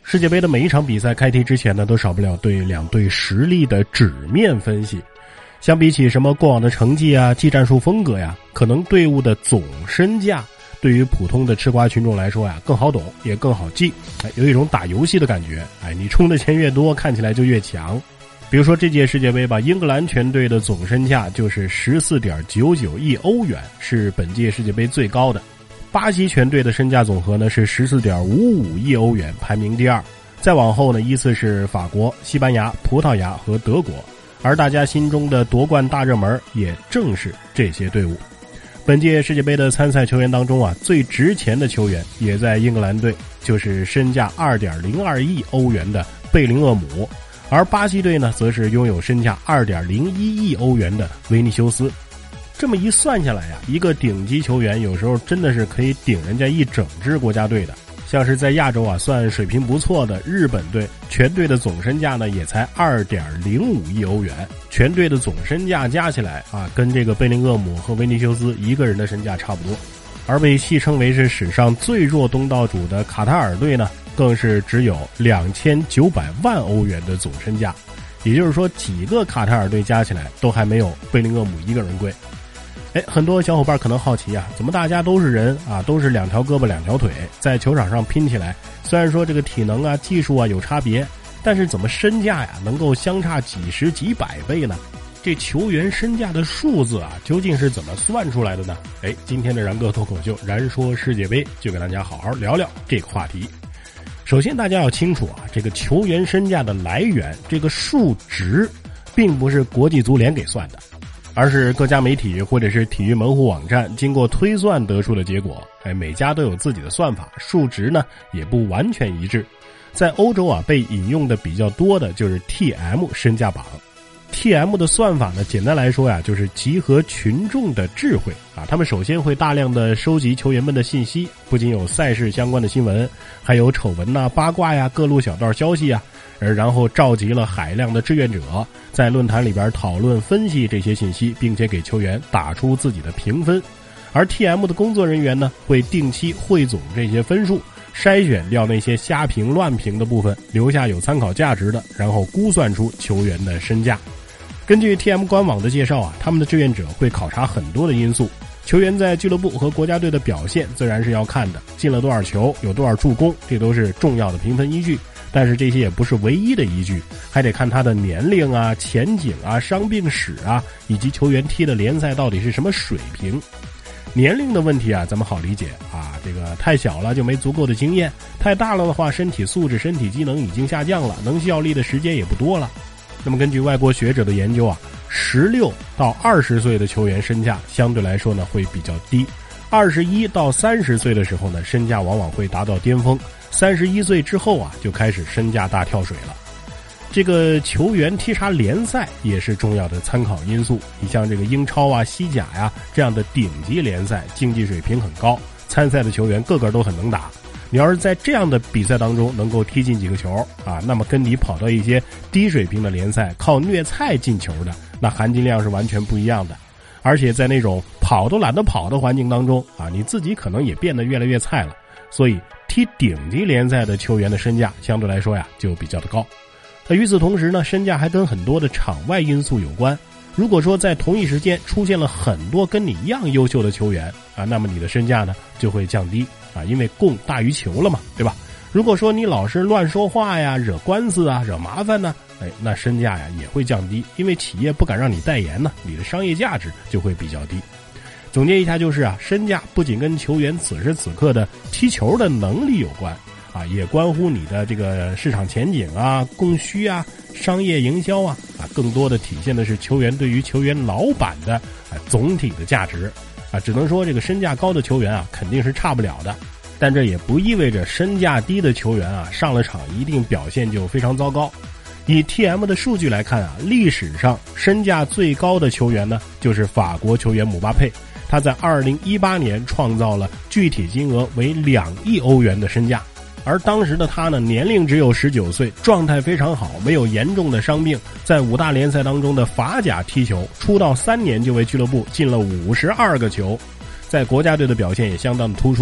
世界杯的每一场比赛开踢之前呢，都少不了对两队实力的纸面分析。相比起什么过往的成绩啊、技战术风格呀，可能队伍的总身价对于普通的吃瓜群众来说呀，更好懂也更好记，有一种打游戏的感觉。你充的钱越多，看起来就越强。比如说这届世界杯吧，英格兰全队的总身价就是 14.99 亿欧元，是本届世界杯最高的。巴西全队的身价总和呢是 14.55 亿欧元，排名第二。再往后呢，依次是法国、西班牙、葡萄牙和德国。而大家心中的夺冠大热门也正是这些队伍。本届世界杯的参赛球员当中啊，最值钱的球员也在英格兰队，就是身价 2.02 亿欧元的贝林厄姆。而巴西队呢，则是拥有身价 2.01 亿欧元的维尼修斯。这么一算下来呀，一个顶级球员有时候真的是可以顶人家一整支国家队的。像是在亚洲啊算水平不错的日本队，全队的总身价呢也才 2.05 亿欧元，全队的总身价加起来啊，跟这个贝林厄姆和维尼修斯一个人的身价差不多。而被戏称为是史上最弱东道主的卡塔尔队呢，更是只有2900万欧元的总身价，也就是说几个卡塔尔队加起来都还没有贝林厄姆一个人贵。很多小伙伴可能好奇啊，怎么大家都是人啊，都是两条胳膊两条腿，在球场上拼起来，虽然说这个体能啊、技术啊有差别，但是怎么身价呀能够相差几十几百倍呢？这球员身价的数字啊，究竟是怎么算出来的呢？今天的然哥脱口秀燃说世界杯就给大家好好聊聊这个话题。首先大家要清楚啊，这个球员身价的来源，这个数值并不是国际足联给算的，而是各家媒体或者是体育门户网站经过推算得出的结果。每家都有自己的算法，数值呢也不完全一致。在欧洲啊，被引用的比较多的就是 TM 身价榜。TM 的算法呢，简单来说呀，就是集合群众的智慧啊。他们首先会大量的收集球员们的信息，不仅有赛事相关的新闻，还有丑闻呐、八卦呀、各路小道消息啊。然后召集了海量的志愿者，在论坛里边讨论分析这些信息，并且给球员打出自己的评分。而 TM 的工作人员呢，会定期汇总这些分数，筛选掉那些瞎评乱评的部分，留下有参考价值的，然后估算出球员的身价。根据 TM 官网的介绍啊，他们的志愿者会考察很多的因素，球员在俱乐部和国家队的表现自然是要看的，进了多少球，有多少助攻，这都是重要的评分依据。但是这些也不是唯一的依据，还得看他的年龄啊、前景啊、伤病史啊，以及球员踢的联赛到底是什么水平。年龄的问题啊，咱们好理解啊，这个太小了就没足够的经验，太大了的话，身体素质、身体机能已经下降了，能效力的时间也不多了。那么根据外国学者的研究啊，16到20岁的球员身价相对来说呢会比较低，21到30岁的时候呢，身价往往会达到巅峰，31岁之后啊就开始身价大跳水了。这个球员踢啥联赛也是重要的参考因素。你像这个英超啊、西甲呀这样的顶级联赛，竞技水平很高，参赛的球员个个都很能打。你要是在这样的比赛当中能够踢进几个球啊，那么跟你跑到一些低水平的联赛靠虐菜进球的，那含金量是完全不一样的。而且在那种跑都懒得跑的环境当中啊，你自己可能也变得越来越菜了。所以踢顶级联赛的球员的身价相对来说呀就比较的高。与此同时呢，身价还跟很多的场外因素有关。如果说在同一时间出现了很多跟你一样优秀的球员啊，那么你的身价呢就会降低啊，因为供大于求了嘛，对吧？如果说你老是乱说话呀、惹官司啊、惹麻烦呢，那身价呀也会降低，因为企业不敢让你代言呢，你的商业价值就会比较低。总结一下就是啊，身价不仅跟球员此时此刻的踢球的能力有关啊，也关乎你的这个市场前景啊、供需啊、商业营销啊，更多的体现的是球员对于球员老板的总体的价值啊。只能说这个身价高的球员啊肯定是差不了的，但这也不意味着身价低的球员啊上了场一定表现就非常糟糕。以 TM 的数据来看啊，历史上身价最高的球员呢就是法国球员姆巴佩，他在2018年创造了具体金额为2亿欧元的身价。而当时的他呢，年龄只有19岁，状态非常好，没有严重的伤病，在5大联赛当中的法甲踢球，出道3年就为俱乐部进了52个球，在国家队的表现也相当的突出。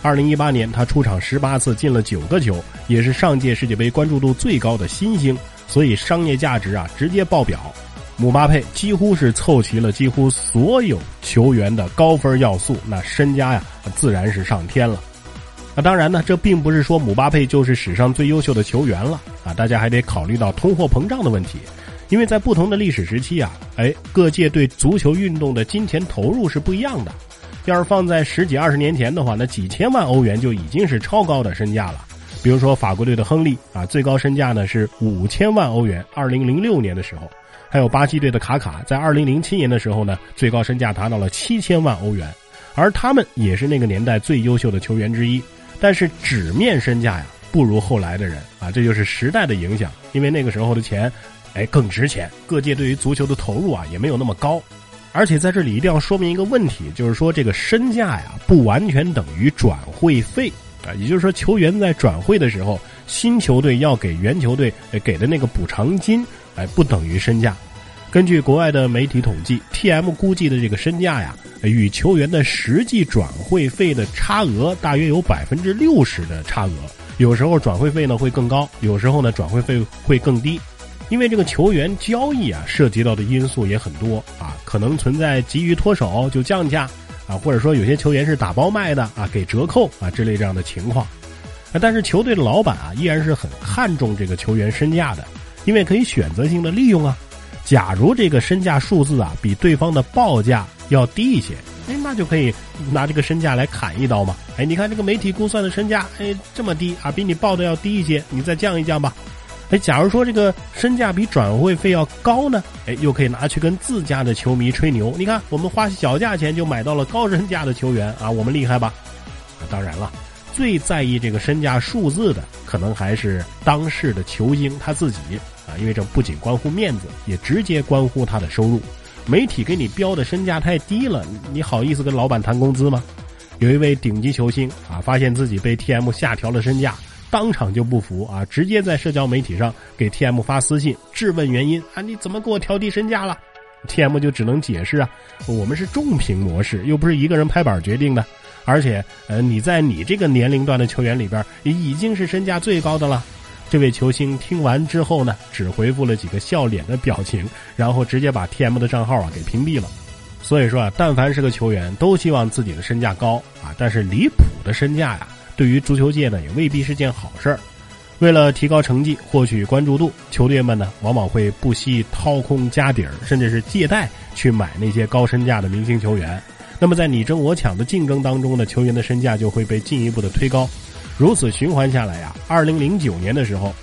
2018年他出场18次进了9个球，也是上届世界杯关注度最高的新星，所以商业价值直接爆表。姆巴佩几乎是凑齐了几乎所有球员的高分要素，那身家自然是上天了。当然呢，这并不是说姆巴佩就是史上最优秀的球员了大家还得考虑到通货膨胀的问题。因为在不同的历史时期各界对足球运动的金钱投入是不一样的。要是放在10几20年前的话，那几千万欧元就已经是超高的身价了。比如说法国队的亨利最高身价呢是5000万欧元，2006年的时候。还有巴西队的卡卡，在2007年的时候呢，最高身价达到了7000万欧元，而他们也是那个年代最优秀的球员之一。但是纸面身价不如后来的人这就是时代的影响。因为那个时候的钱更值钱，各界对于足球的投入也没有那么高。而且在这里一定要说明一个问题，就是说这个身价不完全等于转会费也就是说球员在转会的时候，新球队要给原球队给的那个补偿金不等于身价。根据国外的媒体统计， TM 估计的这个身价与球员的实际转会费的差额大约有 60% 的差额。有时候转会费呢会更高，有时候呢转会费会更低。因为这个球员交易涉及到的因素也很多可能存在急于脱手就降价或者说有些球员是打包卖的给折扣之类这样的情况。但是球队的老板依然是很看重这个球员身价的，因为可以选择性的利用假如这个身价数字比对方的报价要低一些，那就可以拿这个身价来砍一刀嘛。你看这个媒体估算的身价这么低比你报的要低一些，你再降一降吧。假如说这个身价比转会费要高呢，又可以拿去跟自家的球迷吹牛，你看我们花小价钱就买到了高身价的球员我们厉害吧。当然了，最在意这个身价数字的可能还是当事的球星他自己因为这不仅关乎面子，也直接关乎他的收入。媒体给你标的身价太低了，你好意思跟老板谈工资吗？有一位顶级球星发现自己被 TM 下调了身价，当场就不服直接在社交媒体上给 TM 发私信质问原因你怎么给我调低身价了？ TM 就只能解释我们是重评模式，又不是一个人拍板决定的，而且你在你这个年龄段的球员里边已经是身价最高的了。这位球星听完之后呢，只回复了几个笑脸的表情，然后直接把 TM 的账号给屏蔽了。所以说但凡是个球员都希望自己的身价高但是离谱的身价对于足球界呢也未必是件好事儿。为了提高成绩，获取关注度，球队们呢往往会不惜掏空家底儿，甚至是借贷去买那些高身价的明星球员。那么在你争我抢的竞争当中呢，球员的身价就会被进一步的推高。如此循环下来2009年的时候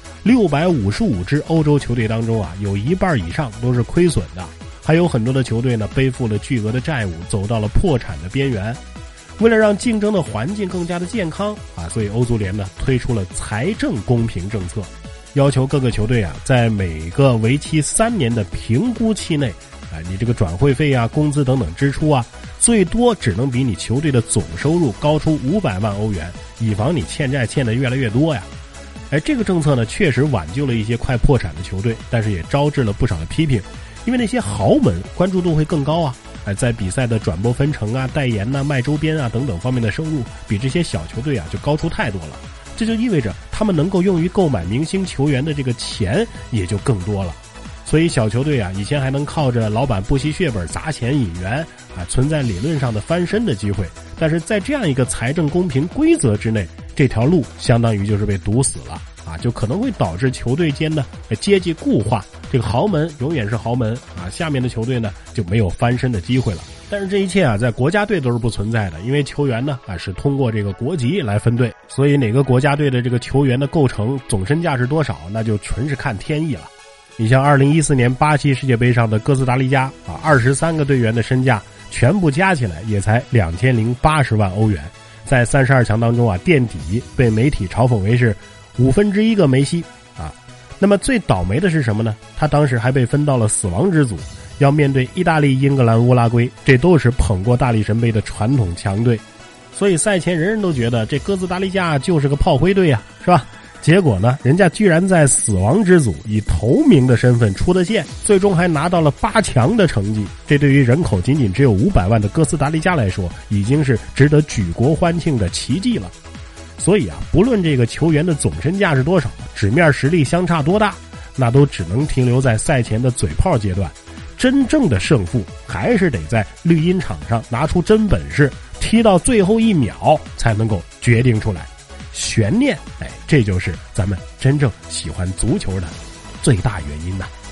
，655支欧洲球队当中有一半以上都是亏损的，还有很多的球队呢背负了巨额的债务，走到了破产的边缘。为了让竞争的环境更加的健康所以欧足联呢推出了财政公平政策，要求各个球队在每个为期3年的评估期内你这个转会费工资等等支出最多只能比你球队的总收入高出500万欧元，以防你欠债欠得越来越多这个政策呢确实挽救了一些快破产的球队，但是也招致了不少的批评。因为那些豪门关注度会更高在比赛的转播分成代言卖周边等等方面的收入比这些小球队就高出太多了。这就意味着他们能够用于购买明星球员的这个钱也就更多了。所以小球队以前还能靠着老板不惜血本砸钱引援存在理论上的翻身的机会，但是在这样一个财政公平规则之内，这条路相当于就是被堵死了就可能会导致球队间的阶级固化，这个豪门永远是豪门下面的球队呢就没有翻身的机会了。但是这一切在国家队都是不存在的，因为球员呢是通过这个国籍来分队，所以哪个国家队的这个球员的构成总身价是多少，那就纯是看天意了。你像2014年巴西世界杯上的哥斯达黎加23个队员的身价全部加起来也才2080万欧元，在32强当中垫底，被媒体嘲讽为是1/5个梅西那么最倒霉的是什么呢？他当时还被分到了死亡之组，要面对意大利、英格兰、乌拉圭，这都是捧过大力神杯的传统强队。所以赛前人人都觉得这哥斯达黎加就是个炮灰队是吧？ 结果呢，人家居然在死亡之组以头名的身份出的线，最终还拿到了8强的成绩。这对于人口仅仅只有500万的哥斯达黎加来说，已经是值得举国欢庆的奇迹了。所以啊，不论这个球员的总身价是多少，纸面实力相差多大，那都只能停留在赛前的嘴炮阶段。真正的胜负还是得在绿茵场上拿出真本事，踢到最后1秒才能够决定出来。悬念，这就是咱们真正喜欢足球的最大原因呐。